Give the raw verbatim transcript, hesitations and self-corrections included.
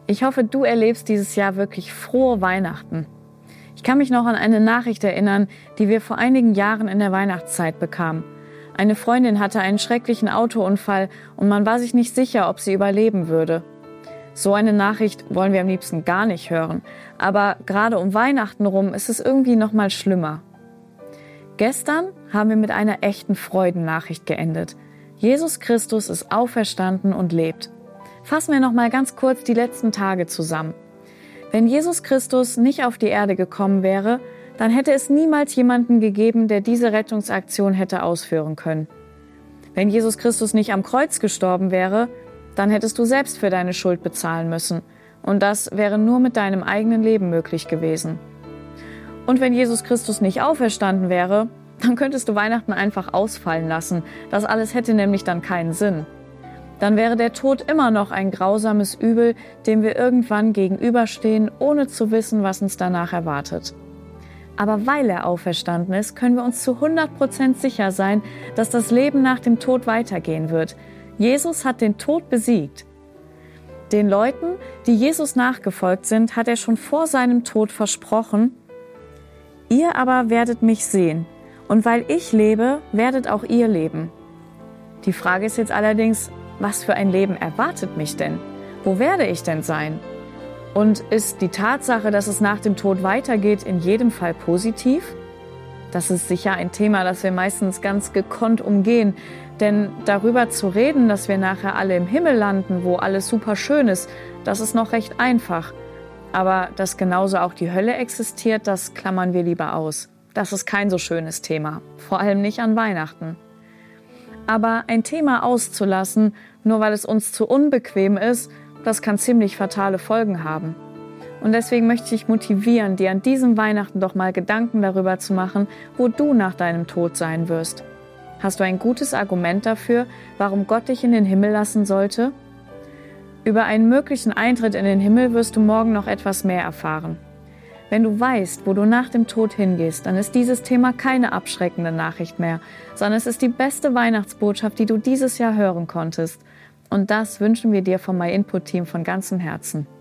Ich hoffe, du erlebst dieses Jahr wirklich frohe Weihnachten. Ich kann mich noch an eine Nachricht erinnern, die wir vor einigen Jahren in der Weihnachtszeit bekamen. Eine Freundin hatte einen schrecklichen Autounfall und man war sich nicht sicher, ob sie überleben würde. So eine Nachricht wollen wir am liebsten gar nicht hören, aber gerade um Weihnachten rum ist es irgendwie noch mal schlimmer. Gestern haben wir mit einer echten Freudennachricht geendet. Jesus Christus ist auferstanden und lebt. Fassen wir noch mal ganz kurz die letzten Tage zusammen. Wenn Jesus Christus nicht auf die Erde gekommen wäre, dann hätte es niemals jemanden gegeben, der diese Rettungsaktion hätte ausführen können. Wenn Jesus Christus nicht am Kreuz gestorben wäre, dann hättest du selbst für deine Schuld bezahlen müssen. Und das wäre nur mit deinem eigenen Leben möglich gewesen. Und wenn Jesus Christus nicht auferstanden wäre, dann könntest du Weihnachten einfach ausfallen lassen. Das alles hätte nämlich dann keinen Sinn. Dann wäre der Tod immer noch ein grausames Übel, dem wir irgendwann gegenüberstehen, ohne zu wissen, was uns danach erwartet. Aber weil er auferstanden ist, können wir uns zu hundert Prozent sicher sein, dass das Leben nach dem Tod weitergehen wird. Jesus hat den Tod besiegt. Den Leuten, die Jesus nachgefolgt sind, hat er schon vor seinem Tod versprochen: Ihr aber werdet mich sehen, und weil ich lebe, werdet auch ihr leben. Die Frage ist jetzt allerdings, was für ein Leben erwartet mich denn? Wo werde ich denn sein? Und ist die Tatsache, dass es nach dem Tod weitergeht, in jedem Fall positiv? Das ist sicher ein Thema, das wir meistens ganz gekonnt umgehen. Denn darüber zu reden, dass wir nachher alle im Himmel landen, wo alles super schön ist, das ist noch recht einfach. Aber dass genauso auch die Hölle existiert, das klammern wir lieber aus. Das ist kein so schönes Thema, vor allem nicht an Weihnachten. Aber ein Thema auszulassen, nur weil es uns zu unbequem ist, das kann ziemlich fatale Folgen haben. Und deswegen möchte ich dich motivieren, dir an diesem Weihnachten doch mal Gedanken darüber zu machen, wo du nach deinem Tod sein wirst. Hast du ein gutes Argument dafür, warum Gott dich in den Himmel lassen sollte? Über einen möglichen Eintritt in den Himmel wirst du morgen noch etwas mehr erfahren. Wenn du weißt, wo du nach dem Tod hingehst, dann ist dieses Thema keine abschreckende Nachricht mehr, sondern es ist die beste Weihnachtsbotschaft, die du dieses Jahr hören konntest. Und das wünschen wir dir vom MyInput-Team von ganzem Herzen.